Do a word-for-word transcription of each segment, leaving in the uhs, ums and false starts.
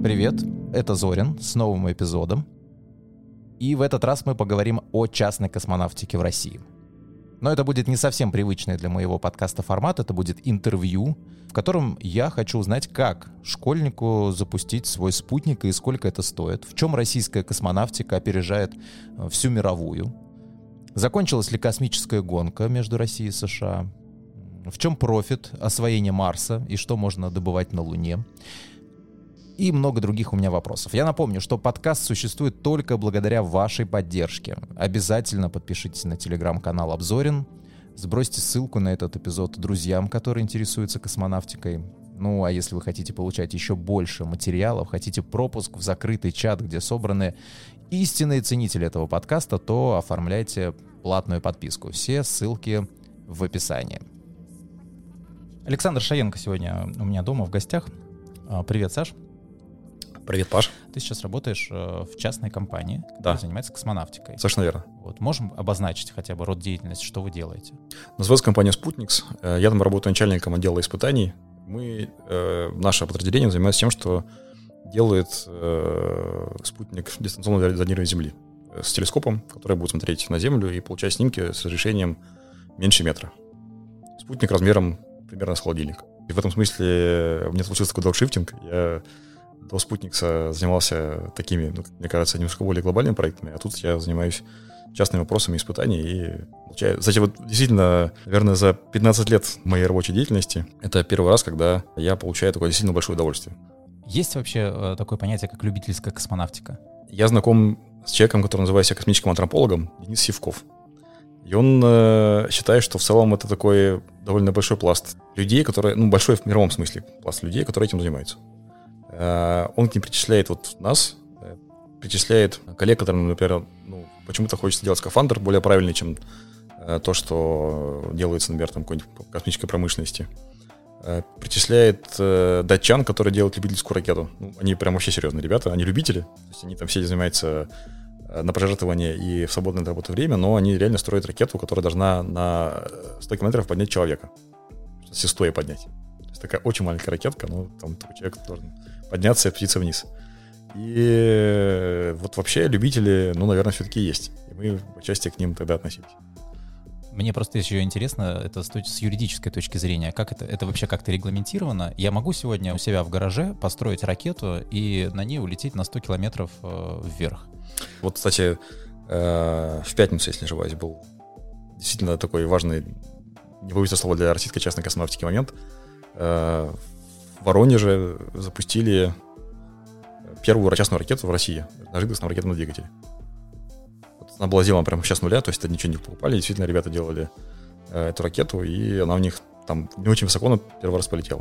Привет, это Зорин с новым эпизодом. И в этот раз мы поговорим о частной космонавтике в России. Но это будет не совсем привычный для моего подкаста формат, это будет интервью, в котором я хочу узнать, как школьнику запустить свой спутник и сколько это стоит, в чем российская космонавтика опережает всю мировую, закончилась ли космическая гонка между Россией и США, в чем профит освоения Марса и что можно добывать на Луне, и много других у меня вопросов. Я напомню, что подкаст существует только благодаря вашей поддержке. Обязательно подпишитесь на телеграм-канал Обзорин, сбросьте ссылку на этот эпизод друзьям, которые интересуются космонавтикой. Ну, а если вы хотите получать еще больше материалов, хотите пропуск в закрытый чат, где собраны истинные ценители этого подкаста, то оформляйте платную подписку. Все ссылки в описании. Александр Шаенко сегодня у меня дома в гостях. Привет, Саш. Привет, Паш. Ты сейчас работаешь э, в частной компании, которая да. занимается космонавтикой. Совершенно верно. Вот. Можем обозначить хотя бы род деятельности, что вы делаете? Называется компания «Спутникс». Я там работаю начальником отдела испытаний. Мы, э, наше подразделение занимается тем, что делает э, спутник дистанционного зондирования Земли с телескопом, который будет смотреть на Землю и получать снимки с разрешением меньше метра. Спутник размером примерно с холодильник. И в этом смысле у меня случился такой дауншифтинг. Я до «Спутникса» занимался такими, ну, мне кажется, немножко более глобальными проектами, а тут я занимаюсь частными вопросами испытаний и получаю... Кстати, вот действительно, наверное, за пятнадцать лет моей рабочей деятельности это первый раз, когда я получаю такое действительно большое удовольствие. Есть вообще такое понятие, как любительская космонавтика? Я знаком с человеком, который называет себя космическим антропологом, Денис Сивков. И он э, считает, что в целом это такой довольно большой пласт людей, которые... Ну, большой в мировом смысле пласт людей, которые этим занимаются. Он к ним причисляет вот нас, причисляет коллег, которым, например, ну, почему-то хочется делать скафандр более правильный, чем то, что делается, например, там, какой-нибудь космической промышленности. Причисляет датчан, которые делают любительскую ракету. Ну, они прям вообще серьезные ребята, они любители. То есть они там все занимаются на пожертвование и в свободное от работы время, но они реально строят ракету, которая должна на сто километров поднять человека. Все стоя поднять. То есть такая очень маленькая ракетка, но там такой человек должен подняться и опуститься вниз. И вот вообще любители, ну, наверное, все-таки есть. И мы отчасти к ним тогда относились. Мне просто еще интересно, это с юридической точки зрения, как это, это вообще как-то регламентировано? Я могу сегодня у себя в гараже построить ракету и на ней улететь на сто километров э, вверх? Вот, кстати, э, в пятницу, если не ошибаюсь, был действительно такой важный, не боюсь слова, для российской частной космонавтики момент. Э, В Воронеже запустили первую частную ракету в России на жидкостном ракетном двигателе. Вот она была сделана прямо сейчас с нуля, то есть это ничего не покупали. Действительно, ребята делали э, эту ракету, и она у них там не очень высоко, но первый раз полетела.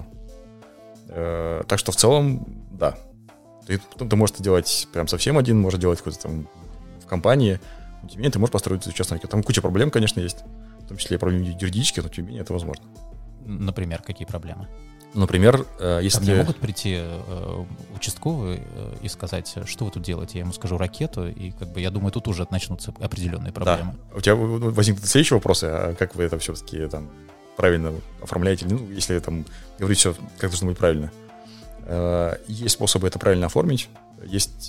Э, так что в целом, да. Ты, ты можешь это делать прям совсем один, можешь делать какой-то там в компании, но тем не менее ты можешь построить эту частную ракету. Там куча проблем, конечно, есть, в том числе и проблемы юридические, но тем не менее это возможно. Например, какие проблемы? Например, если... Ко мне могут прийти э, участковые э, и сказать, что вы тут делаете? Я ему скажу ракету, и как бы я думаю, тут уже начнутся определенные проблемы. Да. У тебя возникнут следующие вопросы, а как вы это все-таки там правильно оформляете? Ну, если там говорить все, как должно быть правильно. Есть способы это правильно оформить. Есть,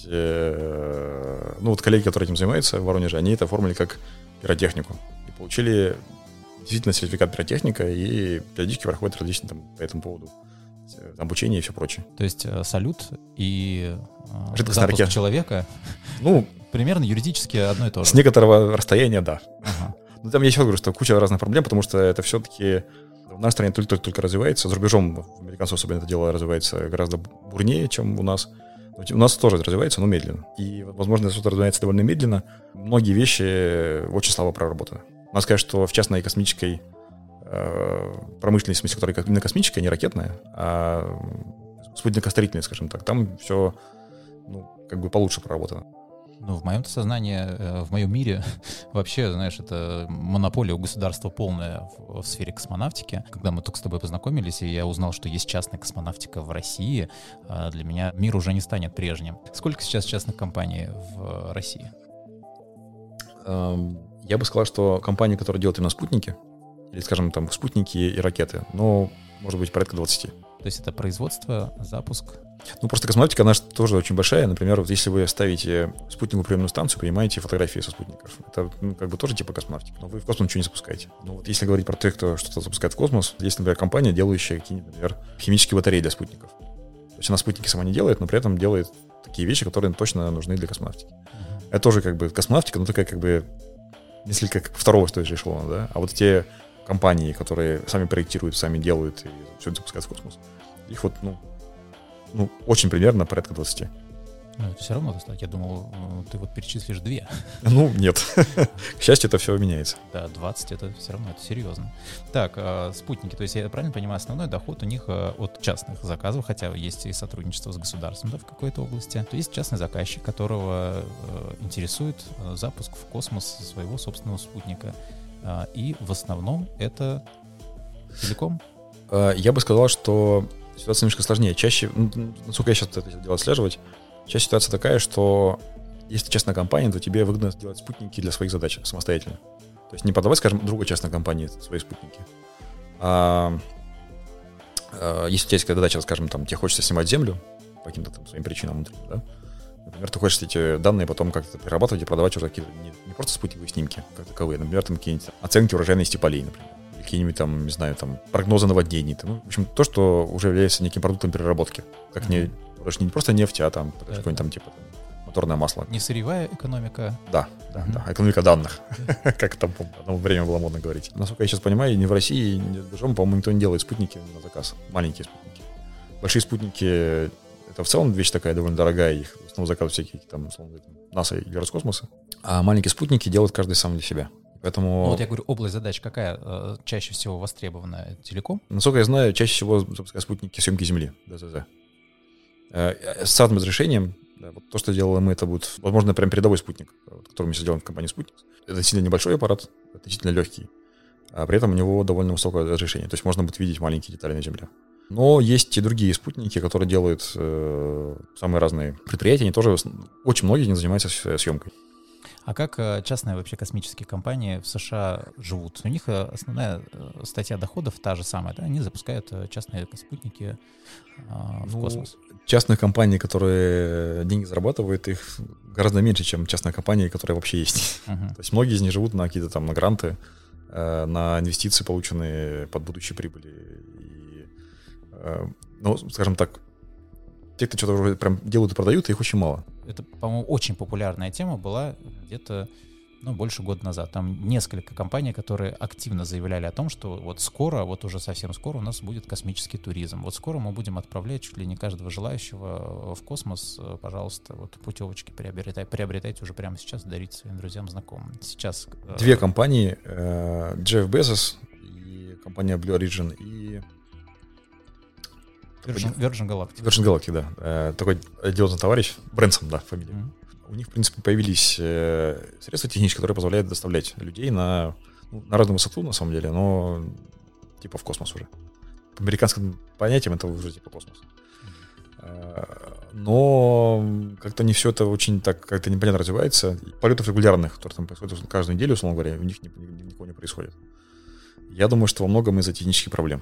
ну вот коллеги, которые этим занимаются в Воронеже, они это оформили как пиротехнику. И получили действительно сертификат пиротехника, и периодически проходят различные там по этому поводу обучение и все прочее. То есть салют и запуск ракета человека, ну, примерно юридически одно и то же. С некоторого расстояния, да. Ага. Но там я еще говорю, что куча разных проблем, потому что это все-таки в нашей стране только-только развивается. За рубежом, американцев особенно, это дело развивается гораздо бурнее, чем у нас. У нас тоже развивается, но медленно. И, возможно, что-то развивается довольно медленно. Многие вещи очень слабо проработаны. Надо сказать, что в частной космической э, промышленности, в смысле, которая именно космическая, не ракетная, а спутникостроительная, скажем так, там все, ну, как бы получше проработано. Ну, в моем сознании, в моем мире вообще, знаешь, это монополия у государства полная в, в сфере космонавтики. Когда мы только с тобой познакомились, и я узнал, что есть частная космонавтика в России, для меня мир уже не станет прежним. Сколько сейчас частных компаний в России? Я бы сказал, что компании, которые делают именно спутники, или, скажем, там, спутники и ракеты, ну, может быть, порядка двадцати. То есть это производство, запуск Ну, просто космонавтика, она же тоже очень большая. Например, вот если вы ставите спутниковую приемную станцию, принимаете фотографии со спутников, это ну, как бы тоже типа космонавтики, но вы в космос ничего не запускаете. Ну, вот если говорить про тех, кто что-то запускает в космос, есть, например, компания, делающая какие-нибудь, например, химические батареи для спутников. То есть она спутники сама не делает, но при этом делает такие вещи, которые точно нужны для космонавтики. Mm-hmm. Это тоже как бы космонавтика, но такая как бы несколько как второго что ли эшелона, да? А вот те компании, которые сами проектируют, сами делают и все это запускают в космос, их вот, ну, ну, очень примерно порядка двадцати. Ну, это все равно достаточно. Я думал, ты вот перечислишь две. Ну, нет. К счастью, это все меняется. Да, двадцать это все равно, это серьезно. Так, э, спутники, то есть я правильно понимаю, основной доход у них э, от частных заказов, хотя есть и сотрудничество с государством, да, в какой-то области. То есть частный заказчик, которого э, интересует э, запуск в космос своего собственного спутника. Э, и в основном это телеком? Я бы сказал, что ситуация немножко сложнее. Чаще, насколько я сейчас это дело отслеживать, сейчас ситуация такая, что если ты частная компания, то тебе выгодно делать спутники для своих задач самостоятельно. То есть не продавать, скажем, другой частной компании свои спутники. А, а если у тебя есть какая-то задача, скажем, там, тебе хочется снимать Землю по каким-то там своим причинам внутренним, да? Например, ты хочешь эти данные потом как-то перерабатывать и продавать уже какие-то не, не просто спутниковые снимки, как таковые, например, там какие-нибудь оценки урожайности полей, например. Какие-нибудь там, не знаю, там прогнозы наводнений. Там, ну, в общем, то, что уже является неким продуктом переработки. Как mm-hmm. не, не просто нефть, а там да, какое-нибудь да. там типа там, моторное масло. Не сырьевая экономика. Да, да, mm-hmm. да. Экономика данных. Как там одно время было модно говорить. Насколько я сейчас понимаю, ни в России, ни в другом, по-моему, никто не делает спутники на заказ. Маленькие спутники. Большие спутники — это в целом вещь такая довольно дорогая. Их в основном заказывают всякие там, условно, НАСА и Роскосмоса. А маленькие спутники делают каждый сам для себя. Поэтому... Ну, вот я говорю, область задач какая э, чаще всего востребована? Телеком? Насколько я знаю, чаще всего запускают спутники съемки Земли, ДЗЗ. Э, с самым разрешением, да, вот то, что делали мы, это будет, возможно, прям передовой спутник, который мы сейчас делаем в компании «Спутник». Это сильно небольшой аппарат, относительно легкий, а при этом у него довольно высокое разрешение, то есть можно будет видеть маленькие детали на Земле. Но есть и другие спутники, которые делают э, самые разные предприятия, они тоже, очень многие не занимаются съемкой. А как частные вообще космические компании в США живут? У них основная статья доходов та же самая, да? Они запускают частные спутники а, в ну, космос. Частные компании, которые деньги зарабатывают, их гораздо меньше, чем частные компании, которые вообще есть. Uh-huh. То есть многие из них живут на какие-то там на гранты, э, на инвестиции, полученные под будущие прибыли. И, э, ну, скажем так, те, кто что-то уже прям делают и продают, их очень мало. Это, по-моему, очень популярная тема была где-то, ну, больше года назад. Там несколько компаний, которые активно заявляли о том, что вот скоро, вот уже совсем скоро у нас будет космический туризм. Вот скоро мы будем отправлять чуть ли не каждого желающего в космос. Пожалуйста, вот путевочки приобретайте, приобретайте уже прямо сейчас, дарите своим друзьям, знакомым. Сейчас... Две компании, Джефф Безос и компания Blue Origin и... Virgin, Virgin Galactic. Virgin Galactic, да. Э, такой одиозный товарищ, Брэнсон, да, фамилия. Mm-hmm. У них, в принципе, появились э, средства технические, которые позволяют доставлять людей на, ну, на разную высоту, на самом деле, но типа в космос уже. По американским понятиям это уже типа космос. Mm-hmm. Э, но как-то не все это очень так как-то непонятно развивается. Полетов регулярных, которые там происходят каждую неделю, условно говоря, у них ни, ни, никого не происходит. Я думаю, что во многом из-за технических проблем.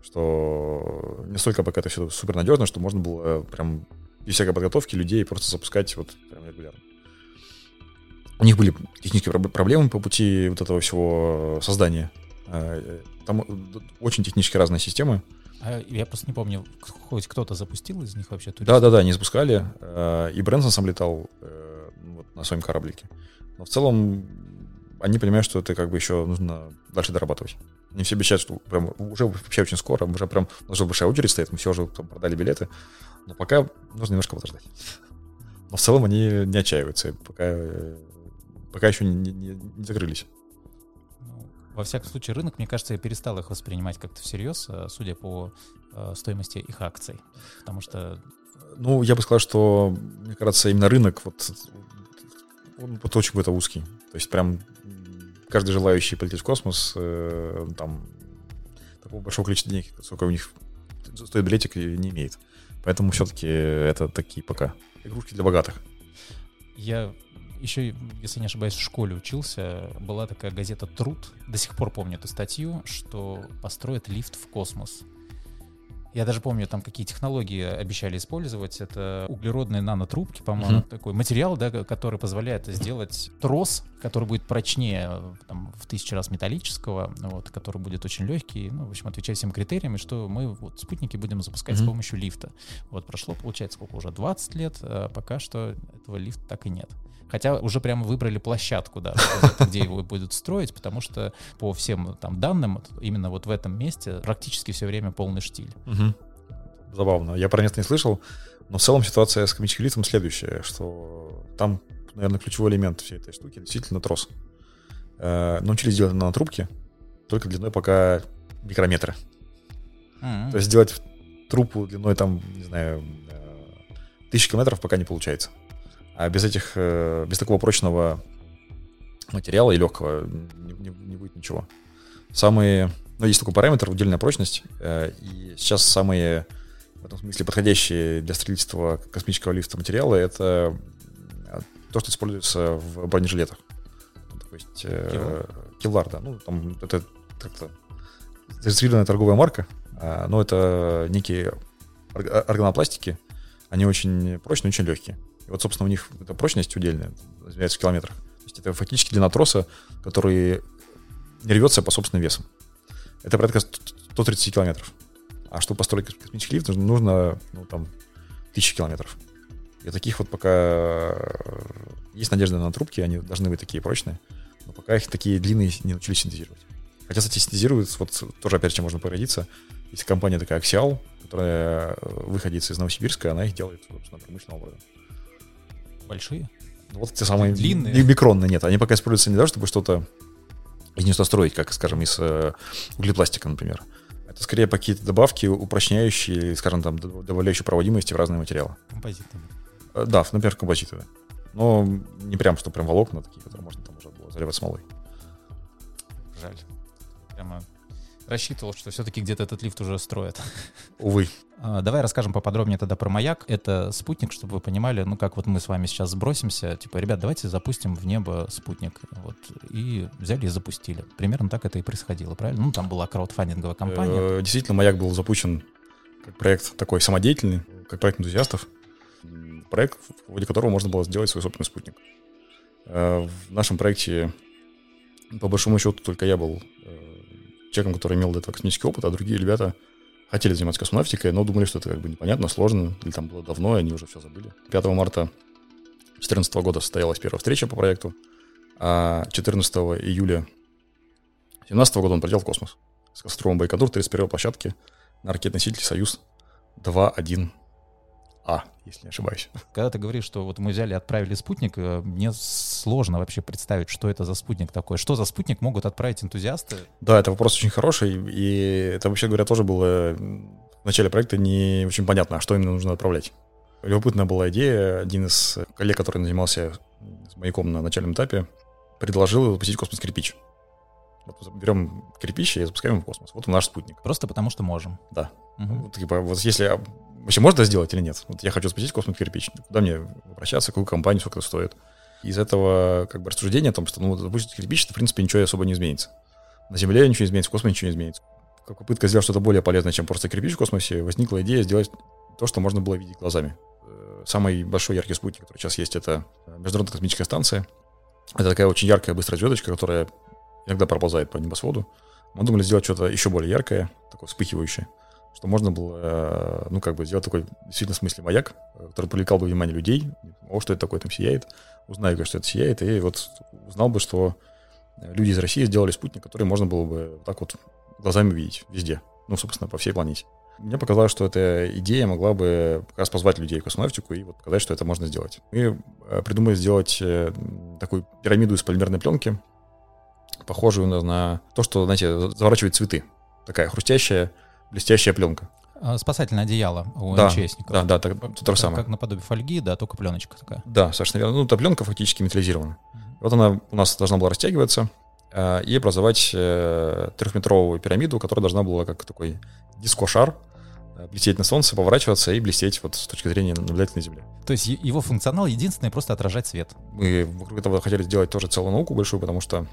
Что не столько пока это все супер надежно, что можно было прям без всякой подготовки людей просто запускать вот прям регулярно. У них были технические проблемы по пути вот этого всего создания. Там очень технически разные системы. А я просто не помню, хоть кто-то запустил из них вообще туристов? Да-да-да, они запускали. И Брэнсон сам летал вот, на своем кораблике. Но в целом они понимают, что это как бы еще нужно дальше дорабатывать. Они все обещают, что прям уже вообще очень скоро, уже прям уже большая очередь стоит, мы все уже там продали билеты, но пока нужно немножко подождать. Но в целом они не отчаиваются, пока, пока еще не, не, не закрылись. Ну, во всяком случае, рынок, мне кажется, перестал их воспринимать как-то всерьез, судя по э, стоимости их акций, потому что... Ну, я бы сказал, что, мне кажется, именно рынок вот, он вот очень какой-то узкий, то есть прям... Каждый желающий полететь в космос, э, там, такого большого количества денег, сколько у них стоит билетик, не имеет. Поэтому все-таки это такие пока игрушки для богатых. Я еще, если не ошибаюсь, в школе учился. Была такая газета «Труд». До сих пор помню эту статью, что построят лифт в космос. Я даже помню, там какие технологии обещали использовать. Это углеродные нанотрубки, по-моему, uh-huh. такой материал, да, который позволяет сделать трос, который будет прочнее там, в тысячу раз металлического, вот, который будет очень легкий, ну, в общем, отвечает всем критериям, и что мы вот спутники будем запускать uh-huh. с помощью лифта. Вот прошло, получается, сколько уже, двадцать лет, а пока что этого лифта так и нет. Хотя уже прямо выбрали площадку, да, где его будут строить, потому что по всем там данным именно вот в этом месте практически все время полный штиль. Угу. Забавно. Я про место не слышал, но в целом ситуация с космическим лифтом следующая, что там, наверное, ключевой элемент всей этой штуки действительно трос. Э, научились делать нанотрубки, только длиной пока микрометры. Mm-hmm. То есть сделать трубу длиной там, не знаю, тысячи километров пока не получается. А без этих, без такого прочного материала и легкого не, не, не будет ничего. Самые, ну, есть такой параметр, удельная прочность, и сейчас самые, в этом смысле, подходящие для строительства космического лифта материалы — это то, что используется в бронежилетах. То есть Кевлар, Кевлар да. Ну, там это как-то зарегистрированная торговая марка, но это некие органопластики, они очень прочные, очень легкие. И вот, собственно, у них эта прочность удельная, измеряется в километрах. То есть это фактически длина троса, который не рвется по собственным весам. Это порядка сто тридцать километров. А чтобы построить космический лифт, нужно, ну, там, тысячи километров. И таких вот пока есть надежда на трубки, они должны быть такие прочные, но пока их такие длинные не научились синтезировать. Хотя, кстати, синтезируют, вот тоже опять же можно породиться. Есть компания такая Axial, которая выходит из Новосибирска, она их делает, собственно, промышленного образа. Большие? Вот те самые длинные. Микронные нет. Они пока используются не для того, чтобы что-то из них строить, как, скажем, из э, углепластика, например. Это скорее какие-то добавки, упрочняющие, скажем, там, добавляющие проводимости в разные материалы. Композиты. Э, да, например, композиты. Да. Но не прям, что прям волокна такие, которые можно там уже было заливать смолой. Жаль. Прямо рассчитывал, что все-таки где-то этот лифт уже строят. Увы. Давай расскажем поподробнее тогда про маяк. Это спутник, чтобы вы понимали, ну как вот мы с вами сейчас сбросимся, типа, ребят, давайте запустим в небо спутник. Вот. И взяли и запустили. Примерно так это и происходило, правильно? Ну там была краудфандинговая кампания. Действительно, маяк был запущен как проект такой самодеятельный, как проект энтузиастов. Проект, в ходе которого можно было сделать свой собственный спутник. В нашем проекте, по большому счету, только я был человеком, который имел до этого космический опыт, а другие ребята хотели заниматься космонавтикой, но думали, что это как бы непонятно, сложно, или там было давно, и они уже все забыли. пятого марта две тысячи четырнадцатого года состоялась первая встреча по проекту, а четырнадцатого июля две тысячи семнадцатого года он полетел в космос с космодрома Байконур тридцать первой площадки на ракетоносителе «Союз» два один А, если не ошибаюсь. Когда ты говоришь, что вот мы взяли и отправили спутник, мне сложно вообще представить, что это за спутник такой. Что за спутник могут отправить энтузиасты? Да, это вопрос очень хороший, и это, вообще говоря, тоже было в начале проекта не очень понятно, а что именно нужно отправлять. Любопытная была идея. Один из коллег, который занимался с маяком на начальном этапе, предложил запустить космос-кирпич. Вот берем кирпич и запускаем его в космос. Вот он наш спутник. Просто потому что можем. Да. Угу. Вот, типа, вот если... Вообще можно это сделать или нет? Вот я хочу запустить космос-кирпич. Куда мне обращаться, какую компанию, сколько это стоит? Из этого как бы рассуждения о том, что ну, запустить кирпич, в принципе, ничего особо не изменится. На Земле ничего не изменится, в космосе ничего не изменится. Как попытка сделать что-то более полезное, чем просто кирпич в космосе, возникла идея сделать то, что можно было видеть глазами. Самый большой яркий спутник, который сейчас есть, это Международная космическая станция. Это такая очень яркая быстрая звездочка, которая иногда проползает по небосводу. Мы думали сделать что-то еще более яркое, такое вспыхивающее, что можно было, ну, как бы сделать такой, действительно, в смысле маяк, который привлекал бы внимание людей. О, что это такое там сияет. Узнали бы, что это сияет, и вот узнал бы, что люди из России сделали спутник, который можно было бы так вот глазами видеть везде. Ну, собственно, по всей планете. Мне показалось, что эта идея могла бы как раз позвать людей в космонавтику и вот показать, что это можно сделать. Мы придумали сделать такую пирамиду из полимерной пленки, похожую на, на то, что, знаете, заворачивает цветы. Такая хрустящая, блестящая пленка. Спасательное одеяло у да, МЧСников. Да, да, так, то же самое. Как наподобие фольги, да, только пленочка такая. Да, совершенно верно. Ну, та пленка фактически металлизирована. Mm-hmm. Вот она у нас должна была растягиваться э, и образовать э, трехметровую пирамиду, которая должна была как такой дискошар э, блестеть на солнце, поворачиваться и блестеть вот с точки зрения наблюдателя на Земле. То есть его функционал единственный — просто отражать свет. Мы вокруг этого хотели сделать тоже целую науку большую, потому что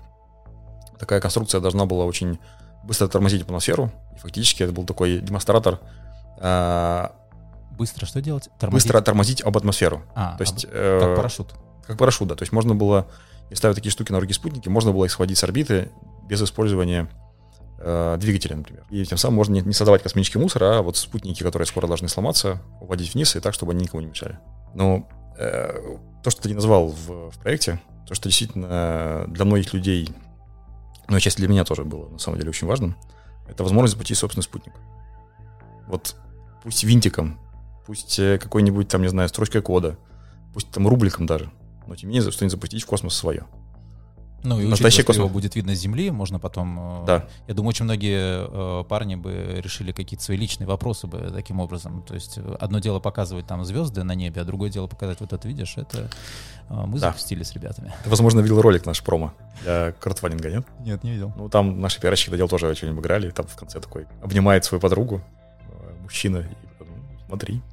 такая конструкция должна была очень быстро тормозить атмосферу. И фактически это был такой демонстратор А, Быстро что делать? Тормозить? Быстро тормозить об атмосферу. А, то есть, об... э, как парашют. Как парашют, да. То есть можно было, если ставить такие штуки на другие спутники, можно было их сводить с орбиты без использования э, двигателя, например. И тем самым можно не, не создавать космический мусор, а вот спутники, которые скоро должны сломаться, уводить вниз и так, чтобы они никому не мешали. Но э, то, что ты не назвал в, в проекте, то, что действительно для многих людей, ну и часть для меня тоже было на самом деле очень важным, это возможность запустить собственный спутник. Вот пусть винтиком, пусть какой-нибудь там, не знаю, строчкой кода, пусть там рубликом даже, но тем не менее что-нибудь запустить в космос свое. Ну и учитывая, что его будет видно с Земли, можно потом... Да. Я думаю, очень многие э, парни бы решили какие-то свои личные вопросы бы таким образом. То есть одно дело показывать там звезды на небе, а другое дело показать вот это, видишь, это э, мы да. запустили с ребятами. Ты, возможно, видел ролик наш промо для краудфандинга, нет? Нет, не видел. Ну там наши пиарщики когда делал тоже что-нибудь играли, там в конце такой обнимает свою подругу, мужчина, и смотри.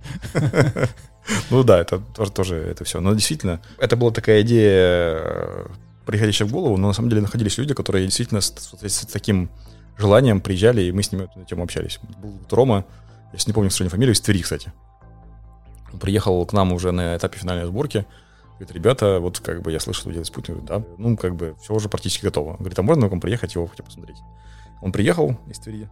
Ну да, это тоже, тоже это все. Но действительно, это была такая идея, приходящая в голову, но на самом деле находились люди, которые действительно с, с таким желанием приезжали, и мы с ними на тему общались. Был Рома, я сейчас не помню, к сожалению, фамилию, из Твери, кстати. Он приехал к нам уже на этапе финальной сборки. Говорит, ребята, вот как бы я слышал, что вы делаете спутник. Да, ну как бы все уже практически готово. Говорит, а можно к вам приехать его хотя бы посмотреть? Он приехал из Твери,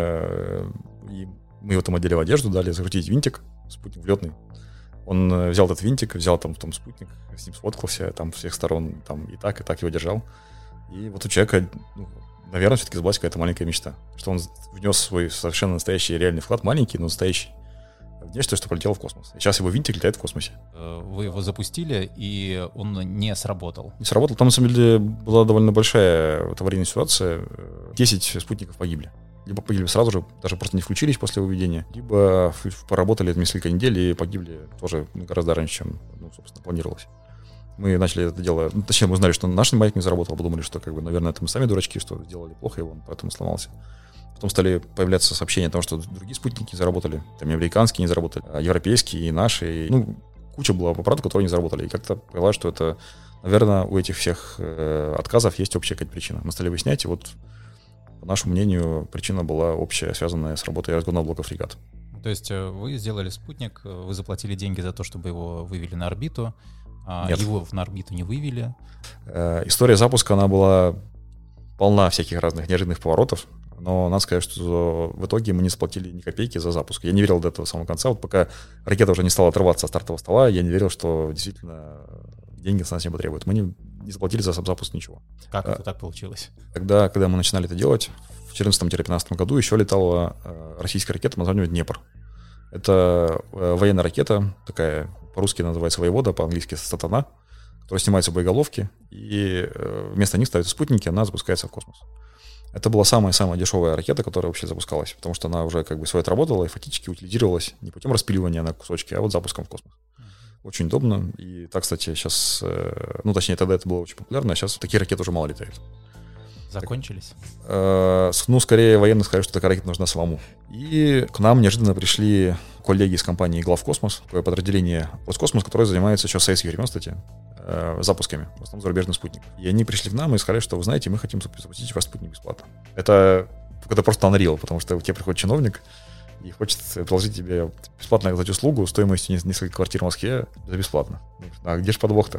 и мы его там одели в одежду, дали закрутить винтик, спутник влетный. Он взял этот винтик, взял там, там спутник, с ним сфоткался, там с всех сторон, там и так, и так его держал. И вот у человека, ну, наверное, все-таки сбылась какая-то маленькая мечта, что он внес свой совершенно настоящий реальный вклад, маленький, но настоящий, в нечто, что полетело в космос. И сейчас его винтик летает в космосе. Вы его запустили, и он не сработал. Не сработал. Там, на самом деле, была довольно большая вот аварийная ситуация. десять спутников погибли. Либо погибли сразу же, даже просто не включились после выведения, либо поработали несколько недель и погибли тоже гораздо раньше, чем, ну, собственно, планировалось. Мы начали это дело, ну, точнее, мы узнали, что наш маяк не заработал, подумали, что, как бы, наверное, это мы сами дурачки, что сделали плохо, и он поэтому сломался. Потом стали появляться сообщения о том, что другие спутники заработали, там и американские не заработали, а европейские, и наши, и, ну, куча была аппаратов, которые не заработали, и как-то поняла, что это, наверное, у этих всех э, отказов есть общая какая-то причина. Мы стали выяснять, и вот по нашему мнению, причина была общая, связанная с работой разгонного блока «Фрегат». То есть вы сделали спутник, вы заплатили деньги за то, чтобы его вывели на орбиту, а Нет. его на орбиту не вывели? Э, история запуска, она была полна всяких разных неожиданных поворотов, но надо сказать, что в итоге мы не заплатили ни копейки за запуск. Я не верил до этого самого конца. Вот пока ракета уже не стала отрываться от стартового стола, я не верил, что действительно деньги с нас не потребуют. Мы не, не заплатили за сам запуск ничего. Как это а, так получилось? Тогда, когда мы начинали это делать, в четырнадцатом-пятнадцатом году еще летала российская ракета под названием «Днепр». Это военная ракета, такая по-русски называется «Воевода», по-английски «Сатана», которая снимается в боеголовки, и вместо них ставятся спутники, она запускается в космос. Это была самая-самая дешевая ракета, которая вообще запускалась, потому что она уже как бы свое отработала и фактически утилизировалась не путем распиливания на кусочки, а вот запуском в космос. Очень удобно. И так, кстати, сейчас, ну, точнее, тогда это было очень популярно, а сейчас такие ракеты уже мало летают. Закончились? Так, э, ну, скорее, военные сказали, что такая ракета нужна самому. И к нам неожиданно пришли коллеги из компании «Главкосмос», такое подразделение «Роскосмос», которое занимается еще с советских времен, кстати, э, запусками, в основном зарубежных спутников. И они пришли к нам и сказали, что, вы знаете, мы хотим запустить ваш спутник бесплатно. Это, это просто unreal, потому что к тебе приходит чиновник и хочет предложить тебе бесплатно оказать услугу стоимостью несколько квартир в Москве за бесплатно. А где же подвох-то?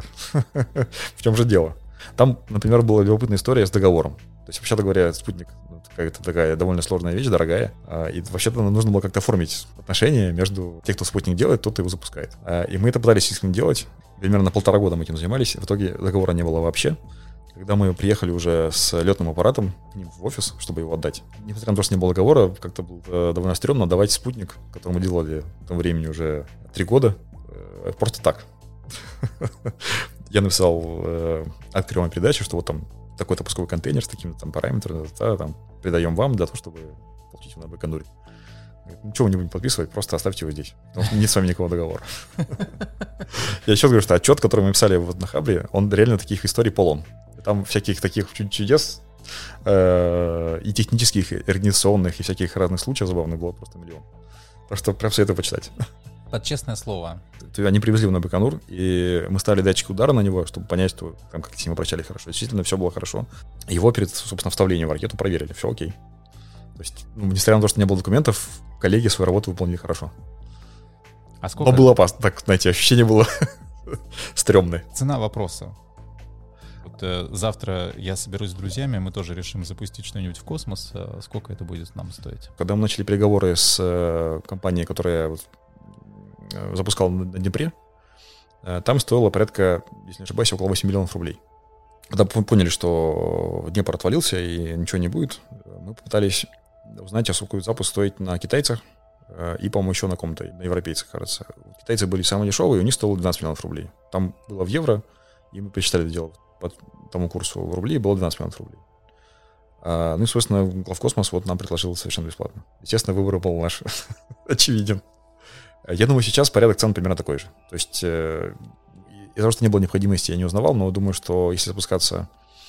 В чем же дело? Там, например, была любопытная история с договором. То есть, вообще-то говоря, спутник — это такая довольно сложная вещь, дорогая. И вообще-то нужно было как-то оформить отношения между тем, кто спутник делает, тот его запускает. И мы это пытались с ним делать. Примерно полтора года мы этим занимались. В итоге договора не было вообще. Когда мы приехали уже с летным аппаратом к ним в офис, чтобы его отдать, несмотря на то, что не было договора, как-то было довольно стрёмно давать спутник, который мы делали в том времени уже три года, просто так. Я написал э, акт приема передачи, что вот там такой-то пусковой контейнер с такими там параметрами, да, там передаем вам для того, чтобы получить его на Байконуре. Ничего не будем подписывать, просто оставьте его здесь. Потому что нет с вами никакого договора. Я еще говорю, что отчет, который мы писали вот на Хабре, он реально таких историй полон. Там всяких таких чудес э, и технических, и организационных, и всяких разных случаев забавных было просто миллион. Так что прям советую почитать. Под честное слово. Они привезли его на Байконур, и мы ставили датчик удара на него, чтобы понять, что там как-то с ним обращались хорошо. Действительно, все было хорошо. Его перед, собственно, вставлением в ракету проверили, все окей. То есть, ну, несмотря на то, что не было документов, коллеги свою работу выполнили хорошо. А сколько? Но было опасно, так, знаете, ощущение было стрёмное. Цена вопроса. Вот э, завтра я соберусь с друзьями, мы тоже решим запустить что-нибудь в космос. А сколько это будет нам стоить? Когда мы начали переговоры с э, компанией, которая вот, э, запускала на, на Днепре, э, там стоило порядка, если не ошибаюсь, около восемь миллионов рублей. Когда мы поняли, что Днепр отвалился и ничего не будет, мы попытались узнать, а сколько будет запуск стоить на китайцах э, и, по-моему, еще на ком-то, на европейцах, кажется. Китайцы были самые дешевые, и у них стоило двенадцать миллионов рублей. Там было в евро, и мы посчитали это дело по тому курсу в рубли, было двенадцать миллионов рублей. А, ну и, собственно, Главкосмос вот нам предложил совершенно бесплатно. Естественно, выбор был наш очевиден. Я думаю, сейчас порядок цен примерно такой же. То есть э, из-за того, что не было необходимости, я не узнавал, но думаю, что если запускаться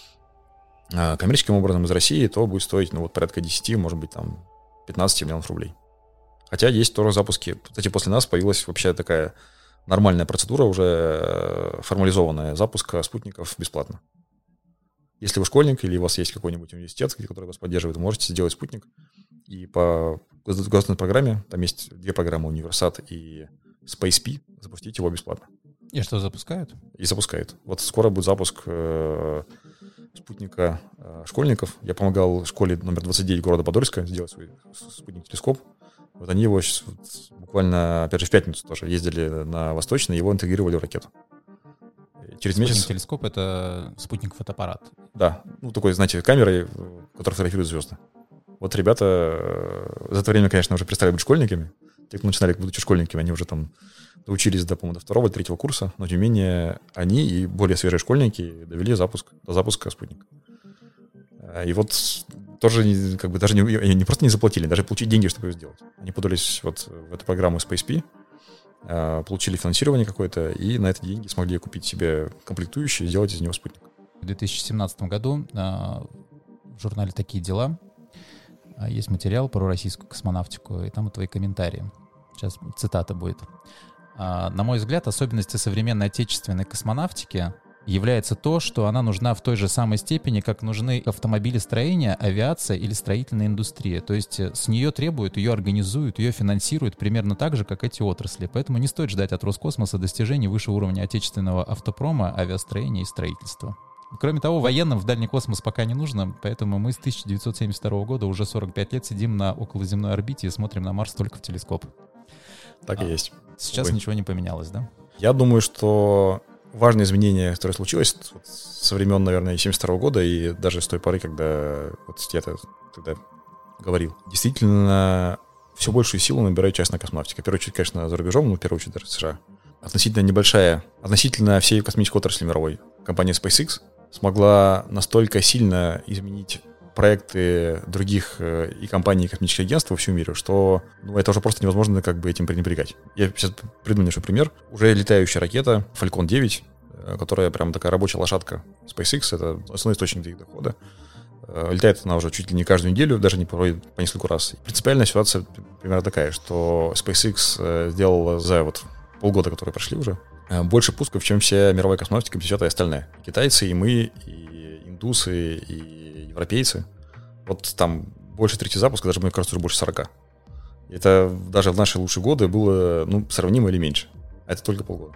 э, коммерческим образом из России, то будет стоить ну, вот порядка десять, может быть, там пятнадцать миллионов рублей. Хотя есть тоже запуски. Кстати, после нас появилась вообще такая нормальная процедура, уже формализованная запуска спутников бесплатно. Если вы школьник или у вас есть какой-нибудь университет, который вас поддерживает, вы можете сделать спутник. И по государственной программе, там есть две программы, Универсат и SpaceP, запустить его бесплатно. И что, запускают? И запускают. Вот скоро будет запуск э, спутника э, школьников. Я помогал школе номер двадцать девять города Подольска сделать свой спутник-телескоп. Вот они его сейчас, вот, буквально, опять же, в пятницу тоже ездили на Восточный, его интегрировали в ракету. Через месяц... Спутник-телескоп — это спутник-фотоаппарат. Да, ну такой, знаете, камерой, которая фотографирует звезды. Вот ребята за это время, конечно, уже перестали быть школьниками. Те, кто начинали, будучи школьниками, они уже там доучились до, по-моему, до второго, третьего курса, но тем не менее они и более свежие школьники довели запуск, до запуска спутника. И вот тоже как бы даже не, они не просто не заплатили, даже получить деньги, чтобы его сделать. Они подались вот в эту программу SpaceP, получили финансирование какое-то, и на эти деньги смогли купить себе комплектующие и сделать из него спутник. В две тысячи семнадцатом году в журнале «Такие дела» есть материал про российскую космонавтику, и там твои комментарии. Сейчас цитата будет. «На мой взгляд, особенностью современной отечественной космонавтики является то, что она нужна в той же самой степени, как нужны автомобилестроение, авиация или строительная индустрия. То есть с нее требуют, ее организуют, ее финансируют примерно так же, как эти отрасли. Поэтому не стоит ждать от Роскосмоса достижений выше уровня отечественного автопрома, авиастроения и строительства». Кроме того, военным в дальний космос пока не нужно, поэтому мы с тысяча девятьсот семьдесят второго года уже сорок пять лет сидим на околоземной орбите и смотрим на Марс только в телескоп. Так и а, есть. Сейчас Ой. Ничего не поменялось, да? Я думаю, что важное изменение, которое случилось вот со времен, наверное, семьдесят второго года и даже с той поры, когда вот я тогда говорил, действительно все большую силу набирает частная космонавтика. В первую очередь, конечно, за рубежом, но в первую очередь даже в США. Относительно небольшая, относительно всей космической отрасли мировой, компания SpaceX смогла настолько сильно изменить проекты других э, и компаний, и космических агентств во всем мире, что ну, это уже просто невозможно как бы этим пренебрегать. Я сейчас придумал небольшой пример. Уже летающая ракета Falcon девять, э, которая прям такая рабочая лошадка SpaceX, это основной источник их дохода. Э, летает она уже чуть ли не каждую неделю, даже не порой по несколько раз. Принципиальная ситуация примерно такая, что SpaceX э, сделала за вот полгода, которые прошли уже, э, больше пусков, чем вся мировая космонавтика, все и остальная. Китайцы, и мы, и индусы, и европейцы. Вот там больше трети запуска, даже, мне кажется, уже больше сорока. Это даже в наши лучшие годы было ну, сравнимо или меньше. А это только полгода.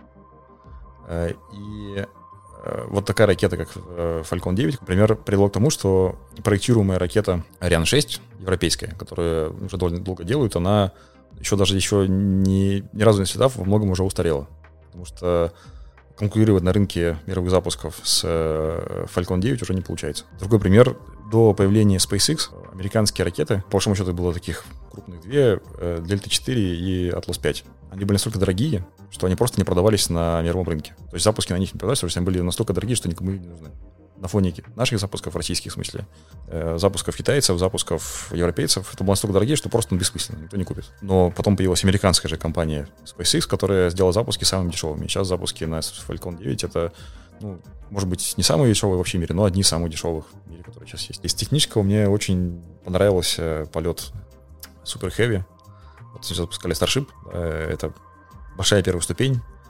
И вот такая ракета, как Falcon девять, например, привела к тому, что проектируемая ракета Ариан шесть, европейская, которую уже довольно долго делают, она еще даже еще ни, ни разу не слетав, во многом уже устарела. Потому что конкурировать на рынке мировых запусков с Falcon девять уже не получается. Другой пример. До появления SpaceX американские ракеты, по большому счету было таких крупных две, Дельта четыре и Атлас пять. Они были настолько дорогие, что они просто не продавались на мировом рынке. То есть запуски на них не продавались, потому что они были настолько дорогие, что никому не нужны. На фоне наших запусков, российских в смысле, запусков китайцев, запусков европейцев, это было настолько дорогие, что просто ну, бессмысленно, никто не купит. Но потом появилась американская же компания SpaceX, которая сделала запуски самыми дешевыми. Сейчас запуски на Falcon девять это, ну, может быть, не самые дешевые вообще в мире, но одни из самых дешевых в мире, которые сейчас есть. Из технического мне очень понравился полет Super Heavy. Вот сейчас запускали Starship, это большая первая ступень.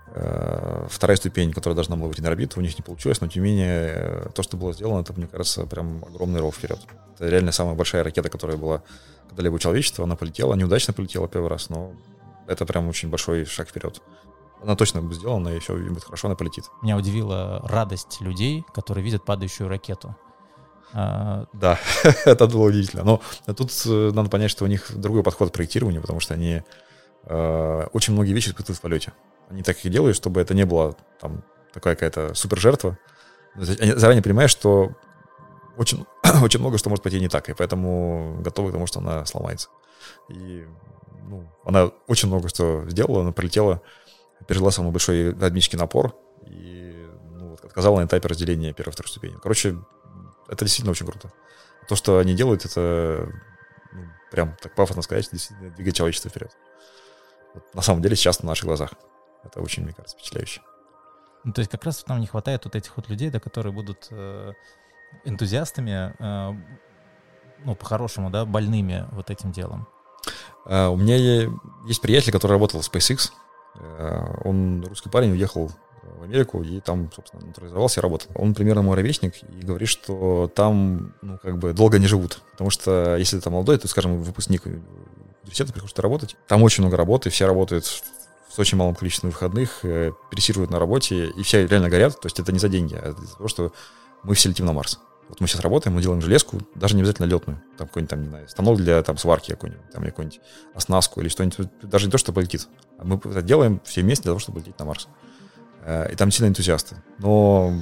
э, вторая ступень, которая должна была выйти на орбиту, у них не получилось, но тем не менее то, что было сделано, это, мне кажется, прям огромный ров вперед. Это реально самая большая ракета, которая была когда-либо у человечества. Она полетела, неудачно полетела первый раз, но это прям очень большой шаг вперед. Она точно будет сделана, и все будет хорошо, она полетит. Меня удивила радость людей, которые видят падающую ракету. А... Да, это было удивительно. Но тут надо понять, что у них другой подход к проектированию, потому что они э, очень многие вещи испытывают в полете. Они так их делают, чтобы это не было там такая какая-то супержертва. Они заранее понимают, что очень, очень много что может пойти не так, и поэтому готовы к тому, что она сломается. И ну, она очень много что сделала, она полетела, пережила самый большой космический напор и ну, отказала на этапе разделения первой и второй ступени. Короче, это действительно очень круто. То, что они делают, это ну, прям так пафосно сказать, действительно двигает человечество вперед. Вот, на самом деле сейчас на наших глазах. Это очень, мне кажется, впечатляюще. Ну, то есть как раз нам не хватает вот этих вот людей, да, которые будут э, энтузиастами, э, ну, по-хорошему, да, больными вот этим делом. Uh, у меня есть приятель, который работал в SpaceX. Uh, он русский парень, уехал в Америку и там, собственно, натурализовался и работал. Он примерно мой ровесник и говорит, что там, ну, как бы долго не живут. Потому что если ты там молодой, то, скажем, выпускник университета, приходишь работать, там очень много работы, все работают с очень малым количеством выходных, пересиживают на работе, и все реально горят. То есть это не за деньги, а за то, что мы все летим на Марс. Вот мы сейчас работаем, мы делаем железку, даже не обязательно летную. Там какой-нибудь, там, не знаю, станок для там, сварки какой-нибудь, там, или какую-нибудь оснастку или что-нибудь. Даже не то, что полетит. А мы это делаем все вместе для того, чтобы лететь на Марс. И там сильно энтузиасты. Но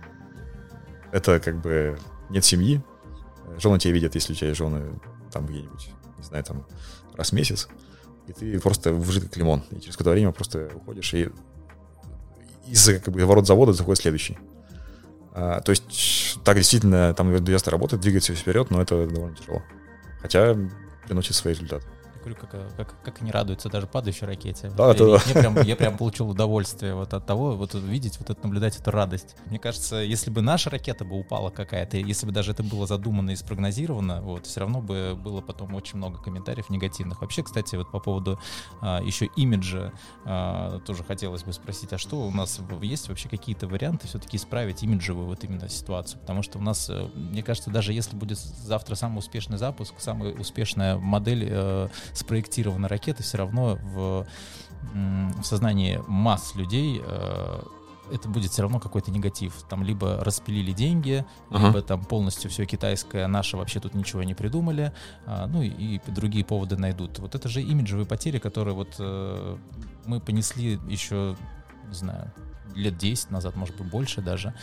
это как бы нет семьи. Жены тебя видят, если у тебя есть жены там где-нибудь, не знаю, там раз в месяц. И ты просто выжит как лимон. И через какое-то время просто уходишь, и из как бы, ворот завода заходит следующий. А, то есть так действительно там энтузиасты работают, двигаются вперед, но это довольно тяжело. Хотя приносит свои результаты. Я говорю, как, как, как они радуются даже падающей ракете. Да, я, это я, да. я, прям, я прям получил удовольствие вот от того, вот видеть, вот это, наблюдать эту радость. Мне кажется, если бы наша ракета бы упала какая-то, если бы даже это было задумано и спрогнозировано, вот, все равно бы было потом очень много комментариев негативных. Вообще, кстати, вот по поводу а, еще имиджа а, тоже хотелось бы спросить, а что у нас есть вообще какие-то варианты все-таки исправить имиджевую вот именно ситуацию? Потому что у нас, мне кажется, даже если будет завтра самый успешный запуск, самая успешная модель э, спроектирована ракета, все равно в, в сознании масс людей э, это будет все равно какой-то негатив. Там либо распилили деньги, uh-huh. либо там полностью все китайское, наше вообще тут ничего не придумали, а, ну и, и другие поводы найдут. Вот это же имиджевые потери, которые вот э, мы понесли еще, не знаю, лет десять назад, может быть, больше даже,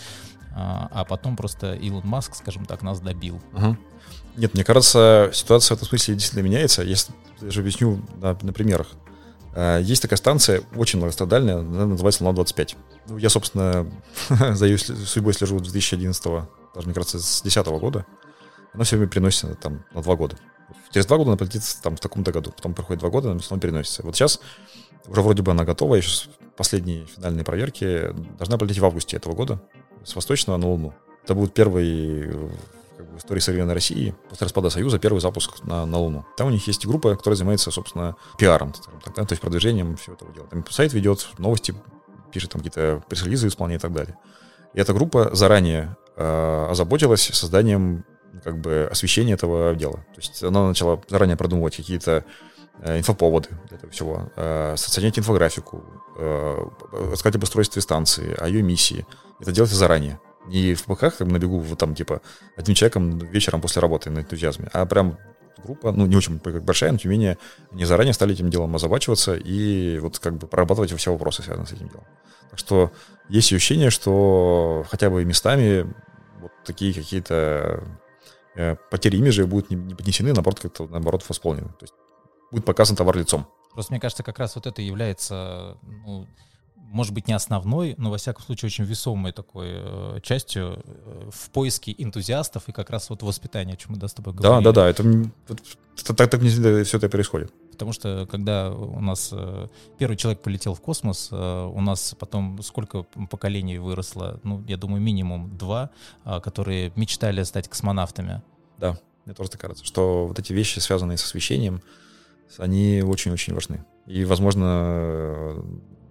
а, а потом просто Илон Маск, скажем так, нас добил. Uh-huh. Нет, мне кажется, ситуация в этом смысле действительно меняется. Я даже объясню на, на примерах. Есть такая станция, очень многострадальная, она называется Луна двадцать пять. Ну, я, собственно, за ее судьбой слежу с две тысячи одиннадцатого, даже, мне кажется, с две тысячи десятого года. Она все время переносится там на два года. Через два года она полетит там в таком-то году. Потом проходит два года, она снова переносится. Вот сейчас уже вроде бы она готова, и сейчас последние финальные проверки должна полететь в августе этого года с Восточного на Луну. Это будет первый как бы, в истории современной России после распада Союза первый запуск на, на Луну. Там у них есть группа, которая занимается, собственно, пиаром, так, да, то есть продвижением всего этого дела. Там сайт ведет, новости пишет, там какие-то пресс-релизы исполняет и так далее. И эта группа заранее э, озаботилась созданием как бы освещения этого дела. То есть она начала заранее продумывать какие-то э, инфоповоды для этого всего, э, сочинять инфографику, э, рассказать об устройстве станции, о ее миссии. Это делается заранее. Не в ПК, как бы на бегу, вот там, типа, одним человеком вечером после работы на энтузиазме, а прям группа, ну, не очень большая, но тем не менее, они заранее стали этим делом озабачиваться и вот как бы прорабатывать все вопросы, связанные с этим делом. Так что есть ощущение, что хотя бы местами вот такие какие-то э, потери имиджа будут не, не поднесены, наоборот, как-то, наоборот, восполнены. То есть будет показан товар лицом. Просто мне кажется, как раз вот это является, ну, может быть, не основной, но, во всяком случае, очень весомой такой э, частью э, в поиске энтузиастов и как раз вот воспитания, о чем мы да, с тобой говорили. Да, да, да, это, это, это так, так все это происходит. Потому что, когда у нас э, первый человек полетел в космос, э, у нас потом сколько поколений выросло? Ну, я думаю, минимум два, э, которые мечтали стать космонавтами. Да, мне тоже так кажется, что вот эти вещи, связанные с освещением, они очень-очень важны. И, возможно,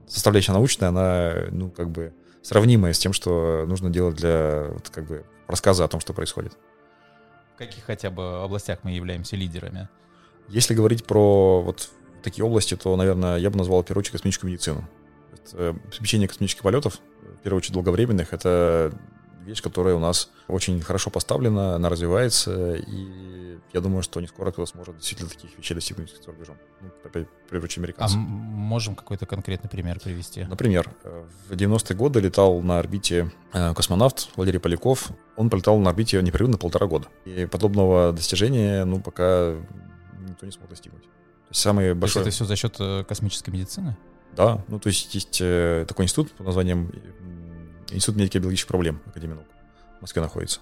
составляющая научная, она, ну, как бы сравнимая с тем, что нужно делать для, вот, как бы, рассказа о том, что происходит. В каких хотя бы областях мы являемся лидерами? Если говорить про вот такие области, то, наверное, я бы назвал, в первую очередь, космическую медицину. Это обеспечение космических полетов, в первую очередь, долговременных, это вещь, которая у нас очень хорошо поставлена, она развивается, и я думаю, что не скоро кто-то сможет действительно таких вещей достигнуть за рубежом. Ну, опять, прежде американцев. А можем какой-то конкретный пример привести? Например, в девяностые годы летал на орбите космонавт Валерий Поляков. Он полетал на орбите непрерывно полтора года. И подобного достижения, ну, пока никто не смог достигнуть. То есть самый большой... То есть это все за счет космической медицины? Да, ну то есть есть такой институт под названием Институт медико-биологических проблем Академии наук в Москве находится.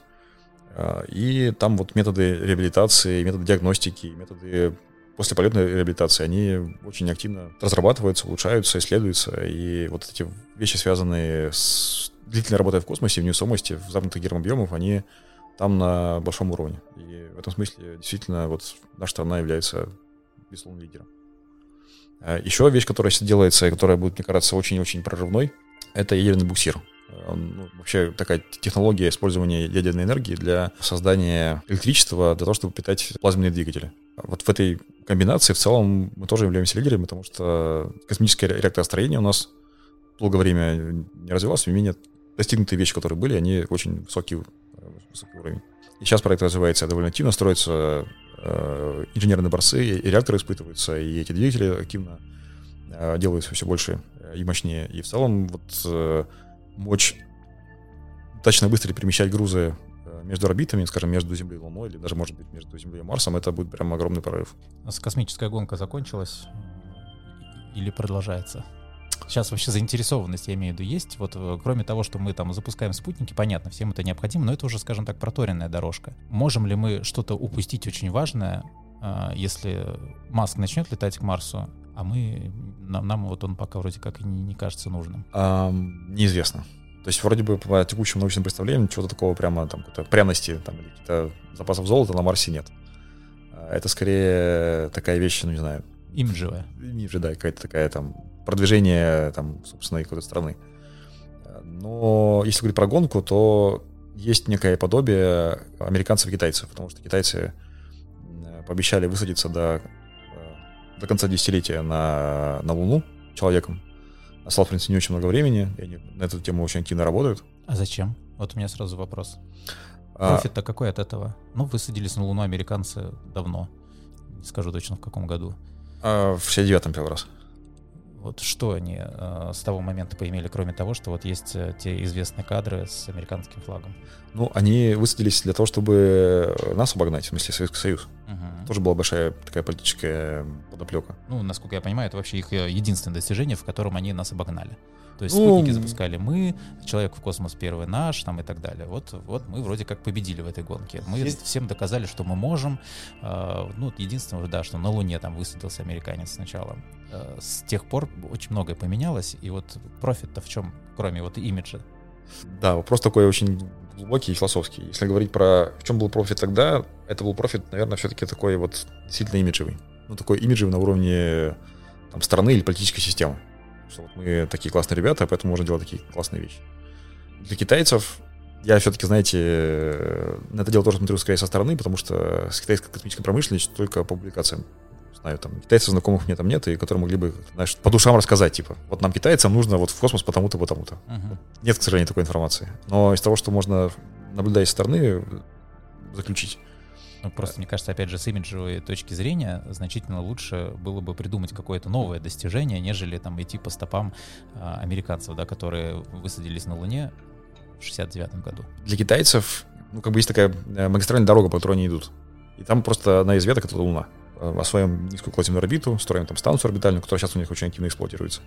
И там вот методы реабилитации, методы диагностики, методы послеполетной реабилитации, они очень активно разрабатываются, улучшаются, исследуются. И вот эти вещи, связанные с длительной работой в космосе, в невесомости, в замкнутых гермобъемах, они там на большом уровне. И в этом смысле действительно вот наша страна является безусловно лидером. Еще вещь, которая делается и которая будет, мне кажется, очень-очень прорывной, это ядерный буксир. Ну, вообще такая технология использования ядерной энергии для создания электричества, для того, чтобы питать плазменные двигатели. Вот в этой комбинации в целом мы тоже являемся лидерами, потому что космическое реакторостроение у нас долгое время не развивалось, тем не менее достигнутые вещи, которые были, они очень высокий, высокий уровень. И сейчас проект развивается довольно активно, строятся э, инженерные образцы, и реакторы испытываются, и эти двигатели активно э, делаются все больше и мощнее. И в целом вот э, мочь достаточно быстро перемещать грузы между орбитами, скажем, между Землей и Луной, или даже, может быть, между Землей и Марсом, это будет прям огромный прорыв. А космическая гонка закончилась или продолжается? Сейчас вообще заинтересованность, я имею в виду, есть. Вот кроме того, что мы там запускаем спутники, понятно, всем это необходимо, но это уже, скажем так, проторенная дорожка. Можем ли мы что-то упустить очень важное, если Маск начнет летать к Марсу, а мы, нам, нам вот он пока вроде как и не, не кажется нужным? А, неизвестно. То есть вроде бы по текущим научным представлениям чего-то такого прямо там какой-то пряности там, или каких-то запасов золота на Марсе нет. Это скорее такая вещь, ну не знаю. Имиджевая. Имиджевая, да, какая-то такая там продвижение там, собственно, какой-то страны. Но если говорить про гонку, то есть некое подобие американцев и китайцев, потому что китайцы пообещали высадиться до, до конца десятилетия на, на Луну человеком. Осталось, в принципе, не очень много времени, и они на эту тему очень активно работают. А зачем? Вот у меня сразу вопрос. Профит-то а... какой от этого? Ну, высадились на Луну американцы давно. Не скажу точно в каком году. А, в шестьдесят девятом первый раз. Вот что они э, с того момента поимели, кроме того, что вот есть э, те известные кадры с американским флагом? Ну, они высадились для того, чтобы нас обогнать, в смысле Советский Союз. Угу. Тоже была большая такая политическая подоплека. Ну, насколько я понимаю, это вообще их единственное достижение, в котором они нас обогнали. То есть ну, спутники запускали мы, человек в космос первый наш, там и так далее. Вот, вот мы вроде как победили в этой гонке. Мы есть... всем доказали, что мы можем. Э, ну, единственное, да, что на Луне там высадился американец сначала. Э, с тех пор очень многое поменялось. И вот профит-то в чем, кроме вот имиджа? Да, вопрос такой очень глубокий и философский. Если говорить про в чем был профит тогда, это был профит, наверное, все-таки такой вот действительно имиджевый. Ну, такой имиджевый на уровне там, страны или политической системы. Что вот мы такие классные ребята, поэтому можно делать такие классные вещи. Для китайцев я все-таки, знаете, на это дело тоже смотрю скорее со стороны, потому что с китайской космической промышленностью только по публикациям знаю, там, китайцев знакомых мне там нет, и которые могли бы, знаешь, по душам рассказать, типа, вот нам, китайцам, нужно вот в космос потому-то, потому-то. Uh-huh. Нет, к сожалению, такой информации. Но из того, что можно, наблюдая со стороны, заключить. Ну, просто, мне кажется, опять же, с имиджевой точки зрения значительно лучше было бы придумать какое-то новое достижение, нежели там идти по стопам а, американцев, да, которые высадились на Луне в шестьдесят девятом году. Для китайцев, ну, как бы есть такая магистральная дорога, по которой они идут. И там просто одна из веток — это Луна. Осваиваем низкую околоземную орбиту, строим там станцию орбитальную, которая сейчас у них очень активно эксплуатируется.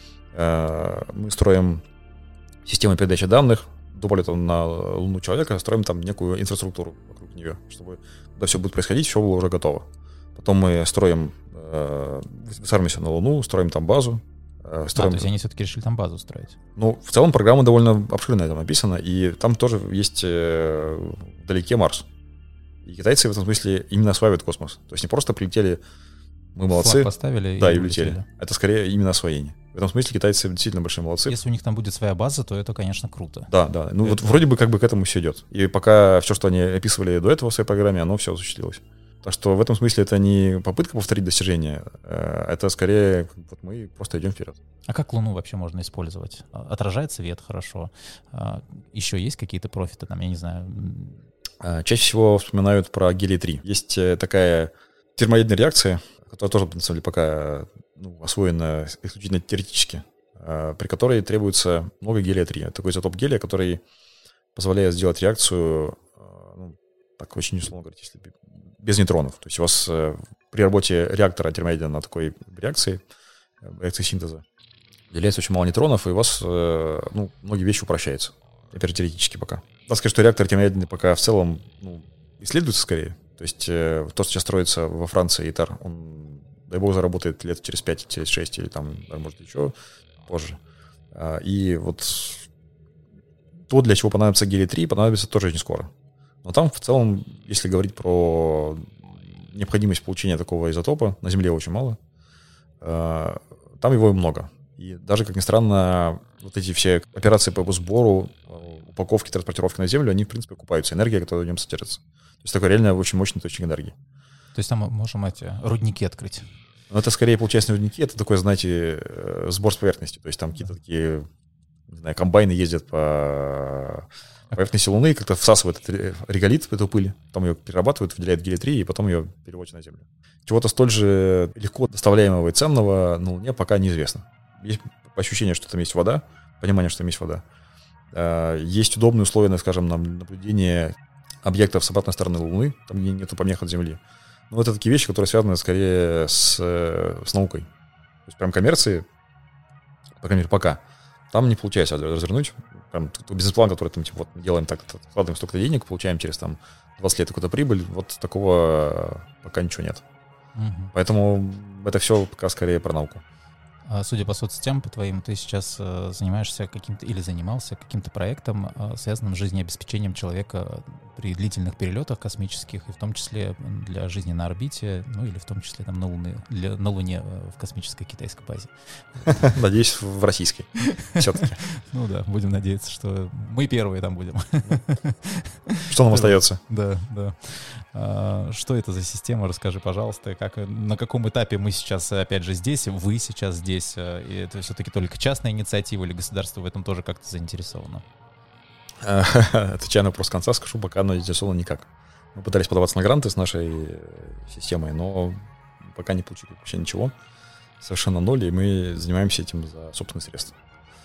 Мы строим систему передачи данных, до полета на Луну человека, строим там некую инфраструктуру вокруг нее, чтобы когда все будет происходить, все было уже готово. Потом мы строим, э, высаживаемся на Луну, строим там базу. Э, строим... А, то есть они все-таки решили там базу строить? Ну, в целом программа довольно обширная там написана, и там тоже есть э, вдалеке Марс. И китайцы в этом смысле именно осваивают космос. То есть не просто прилетели Мы молодцы. Флаг поставили да, и и улетели. улетели. Это скорее именно освоение. В этом смысле китайцы действительно большие молодцы. Если у них там будет своя база, то это, конечно, круто. Да, да. Ну это... вот вроде бы как бы к этому все идет. И пока все, что они описывали до этого в своей программе, оно все осуществилось. Так что в этом смысле это не попытка повторить достижения, это скорее вот мы просто идем вперед. А как Луну вообще можно использовать? Отражает свет хорошо? Еще есть какие-то профиты там, я не знаю? Чаще всего вспоминают про гелий три. Есть такая термоядерная реакция, которая тоже, на самом деле, пока ну, освоена исключительно теоретически, при которой требуется много гелия три. Это такой изотоп гелия, который позволяет сделать реакцию, ну, так очень условно говорить, если без нейтронов. То есть у вас при работе реактора термоядерной такой реакции, реакции синтеза, выделяется очень мало нейтронов, и у вас ну, многие вещи упрощаются. Опять же, теоретически пока. Надо сказать, что реактор термоядерный пока в целом ну, исследуется скорее. То есть то, что сейчас строится во Франции, ИТАР, он, дай бог, заработает лет через пять, через шесть или там, может, еще позже. И вот то, для чего понадобится гелий три, понадобится тоже не скоро. Но там в целом, если говорить про необходимость получения такого изотопа, на Земле очень мало, там его много. И даже, как ни странно, вот эти все операции по его сбору, упаковки, транспортировки на Землю, они, в принципе, окупаются. Энергия, которая в нем содержится. То есть такой реально очень мощный источник энергии. То есть там мы можем эти рудники открыть? Ну, это скорее, получается, не рудники, это такой, знаете, сбор с поверхности. То есть там какие-то такие, не знаю, комбайны ездят по поверхности Луны и как-то всасывают этот реголит, эту пыль, потом ее перерабатывают, выделяют гелий три и потом ее переводят на Землю. Чего-то столь же легко доставляемого и ценного на Луне пока неизвестно. Есть ощущение, что там есть вода, понимание, что там есть вода. Есть удобные условия, скажем, на наблюдение объектов с обратной стороны Луны, там, где нету помех от Земли. Но это такие вещи, которые связаны скорее с, с наукой. То есть прям коммерции, по крайней мере, пока, там не получается развернуть. Прям бизнес-план, который там, типа, вот, делаем так, вкладываем столько денег, получаем через там двадцать лет какую-то прибыль, вот такого пока ничего нет. Угу. Поэтому это все пока скорее про науку. Судя по соцсетям, по твоим, ты сейчас э, занимаешься каким-то или занимался каким-то проектом, э, связанным с жизнеобеспечением человека при длительных перелетах космических, и в том числе для жизни на орбите, ну или в том числе там на Луне, для, на Луне э, в космической китайской базе. Надеюсь, в российской все-таки. Ну да, будем надеяться, что мы первые там будем. Что нам остается? Да, да. Что это за система? Расскажи, пожалуйста, как, на каком этапе мы сейчас, опять же, здесь, вы сейчас здесь, и это все-таки только частная инициатива или государство в этом тоже как-то заинтересовано? Отвечая на вопрос с конца, скажу, пока оно заинтересовано никак. Мы пытались подаваться на гранты с нашей системой, но пока не получили вообще ничего. Совершенно ноль, и мы занимаемся этим за собственные средства.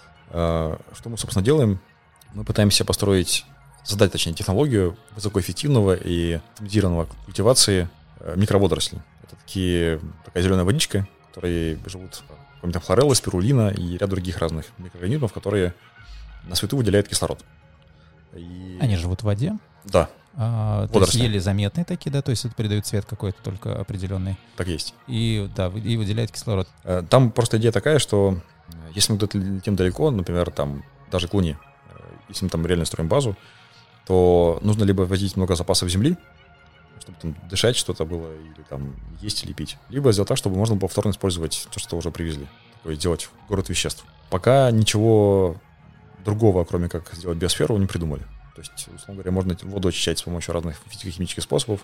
Что мы, собственно, делаем? Мы пытаемся построить, создать, точнее, технологию высокоэффективного и оптимизированного культивации микроводорослей. Это такие, такая зеленая водичка, в которой живут там хлорелла, спирулина и ряд других разных микроорганизмов, которые на свету выделяют кислород. И... Они живут в воде? Да. А, то есть еле заметные такие, да? То есть это передают цвет какой-то только определенный? Так и есть. И, да, и выделяет кислород. Там просто идея такая, что если мы где-то летим далеко, например, там даже к Луне, если мы там реально строим базу, то нужно либо возить много запасов земли, чтобы там дышать что-то было, или там есть или пить, либо сделать так, чтобы можно было повторно использовать то, что уже привезли. Такое сделать город веществ. Пока ничего другого, кроме как сделать биосферу, не придумали. То есть, условно говоря, можно воду очищать с помощью разных физико-химических способов.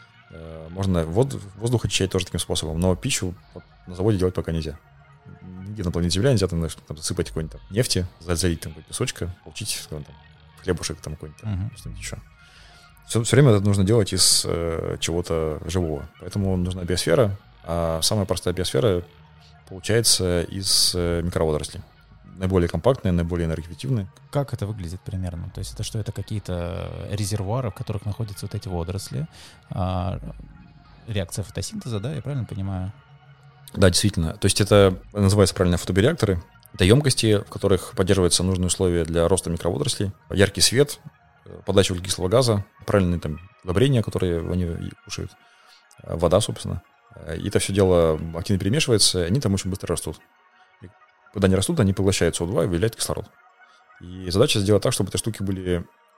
Можно воду, воздух очищать тоже таким способом, но пищу вот на заводе делать пока нельзя. Нигде на планете Земля нельзя там, там засыпать какой-нибудь там нефти, залить там какой-нибудь песочка, получить там, хлебушек там какой-нибудь, там, uh-huh. что-нибудь еще. Все, все время это нужно делать из э, чего-то живого. Поэтому нужна биосфера, а самая простая биосфера получается из э, микроводорослей. Наиболее компактные, наиболее энергоэффективные. Как это выглядит примерно? То есть это что, это какие-то резервуары, в которых находятся вот эти водоросли? А, реакция фотосинтеза, да, я правильно понимаю? Да, действительно. То есть это называется правильно фотобиореакторы. Это емкости, в которых поддерживаются нужные условия для роста микроводорослей. Яркий свет, подача углекислого газа, правильные там удобрения, которые они кушают, вода, собственно. И это все дело активно перемешивается, и они там очень быстро растут. И когда они растут, они поглощают С О два и выделяют кислород. И задача сделать так, чтобы эти штуки были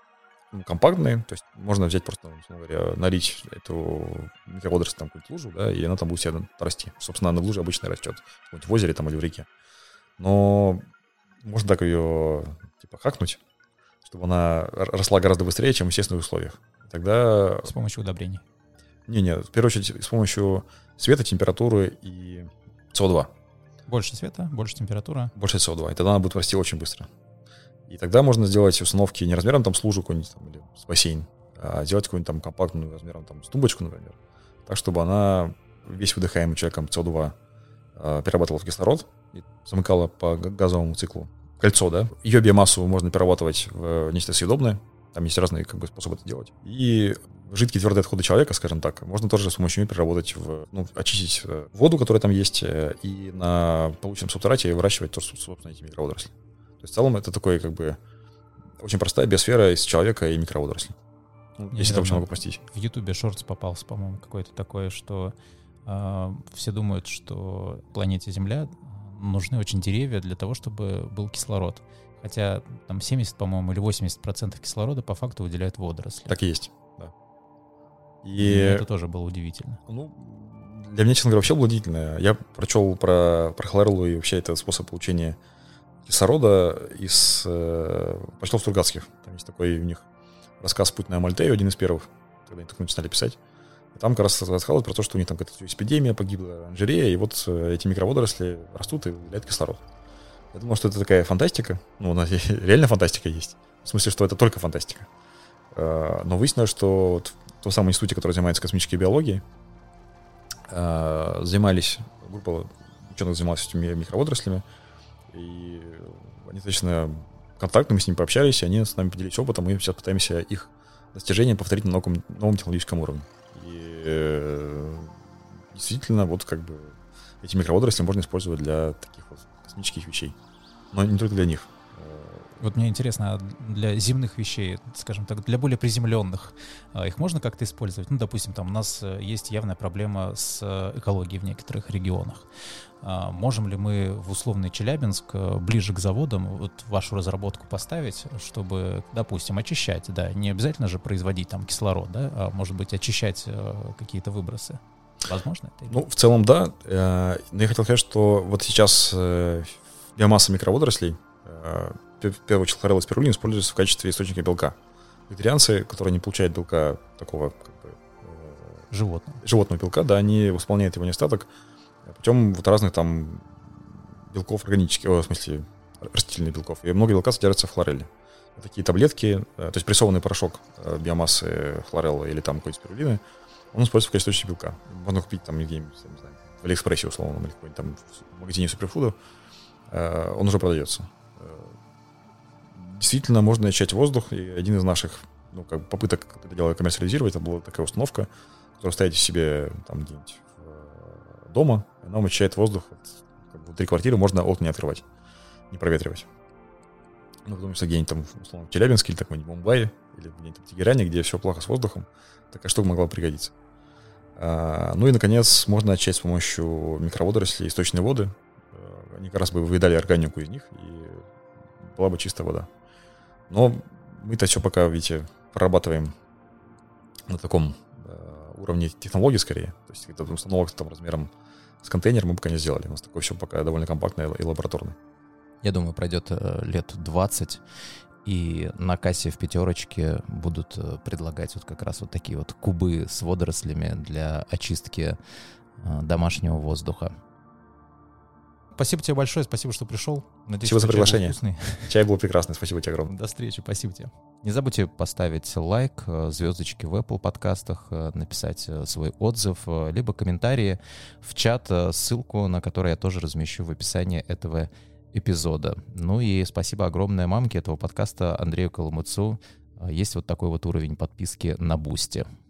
ну, компактные, то есть можно взять просто, условно говоря, налить эту микроводоросль там какую-нибудь лужу, да, и она там будет себе расти. Собственно, она в луже обычно растет, в озере там или в реке. Но можно так ее типа хакнуть, чтобы она росла гораздо быстрее, чем в естественных условиях. Тогда... С помощью удобрений. Не-не, в первую очередь с помощью света, температуры и си о два. Больше света, больше температура. Больше си о два, и тогда она будет расти очень быстро. И тогда можно сделать установки не размером там с лужу какой-нибудь там, или с бассейн, а сделать какую-нибудь там компактную размером там с тумбочку, например. Так, чтобы она весь выдыхаемый человеком си о два э, перерабатывала в кислород и замыкала по газовому циклу кольцо, да. Ее биомассу можно перерабатывать в нечто съедобное. Там есть разные как бы способы это делать. И жидкие твердые отходы человека, скажем так, можно тоже с помощью нее переработать, в, ну, очистить воду, которая там есть, и на полученном субстрате выращивать тоже, собственно, эти микроводоросли. То есть в целом это такой как бы очень простая биосфера из человека и микроводорослей. Ну, если это вообще могу простить. В Ютубе шортс попался, по-моему, какой-то такой, что э, все думают, что планете Земля нужны очень деревья для того, чтобы был кислород. Хотя там семьдесят, по-моему, или восемьдесят процентов кислорода по факту выделяют водоросли. Так и есть, да. И, и это тоже было удивительно. Ну, для меня, честно говоря, вообще было удивительно. Я прочел про, про хлореллу и вообще это способ получения кислорода из э, почтов Стругацких. Там есть такой у них рассказ «Путь на Амальтею», один из первых, когда они только начинали писать. И там как раз рассказывают про то, что у них там какая-то эпидемия, погибла оранжерея, и вот эти микроводоросли растут и выделяют кислород. Я думал, что это такая фантастика. Ну, у нас реально фантастика есть. В смысле, что это только фантастика. Но выяснилось, что вот в том самом институте, который занимается космической биологией, занимались, группа ученых занималась этими микроводорослями, и они достаточно контактны, мы с ними пообщались, и они с нами поделились опытом, мы сейчас пытаемся их достижения повторить на новом, новом технологическом уровне. И э, действительно, вот как бы эти микроводоросли можно использовать для таких вот космических вещей. Но не только для них. Вот мне интересно, а для земных вещей, скажем так, для более приземленных, их можно как-то использовать? Ну, допустим, там у нас есть явная проблема с экологией в некоторых регионах. Можем ли мы в условный Челябинск, ближе к заводам, вот вашу разработку поставить, чтобы, допустим, очищать, да, не обязательно же производить там кислород, да, а может быть очищать какие-то выбросы? Возможно это? Ну, в целом, да. Но я хотел сказать, что вот сейчас биомасса микроводорослей, в первую очередь хлорелла и спирулина, используется в качестве источника белка. Вегетарианцы, которые не получают белка такого как бы, животного. животного белка, да, они восполняют его недостаток путем вот разных там белков органических, в смысле растительных белков. И много белка содержится в хлорелле. Вот такие таблетки, то есть прессованный порошок биомассы хлореллы или там какой-то спирулины, он используется в качестве источника белка. Можно купить там где-нибудь, не знаю, в Алиэкспрессе условно, или какой-нибудь там в магазине суперфуда. Он уже продается. Действительно, можно очищать воздух, и один из наших ну, как бы попыток это дело коммерциализировать, это была такая установка, которую ставите себе там где-нибудь дома, и она очищает воздух. Как бы, внутри квартиры можно окна не открывать, не проветривать. Ну, потому что где-нибудь там, условно, в Челябинске, или такой-нибудь в Мумбаи, или где-нибудь в Тегеране, где все плохо с воздухом, такая штука могла пригодиться. А, ну и, наконец, можно очищать с помощью микроводорослей источные воды. Они как раз бы выедали органику из них, и была бы чистая вода. Но мы-то все пока, видите, прорабатываем на таком э, уровне технологий скорее. То есть это установок там размером с контейнер мы пока не сделали. У нас такое все пока довольно компактное и лабораторное. Я думаю, пройдет э, лет двадцать, и на кассе в пятерочке будут э, предлагать вот как раз вот такие вот кубы с водорослями для очистки э, домашнего воздуха. Спасибо тебе большое, спасибо, что пришел. Надеюсь, спасибо за приглашение. Чай был, чай был прекрасный, спасибо тебе огромное. До встречи, спасибо тебе. Не забудьте поставить лайк, звездочки в Apple подкастах, написать свой отзыв, либо комментарии в чат, ссылку на который я тоже размещу в описании этого эпизода. Ну и спасибо огромное мамке этого подкаста Андрею Коломыцу. Есть вот такой вот уровень подписки на Бусти.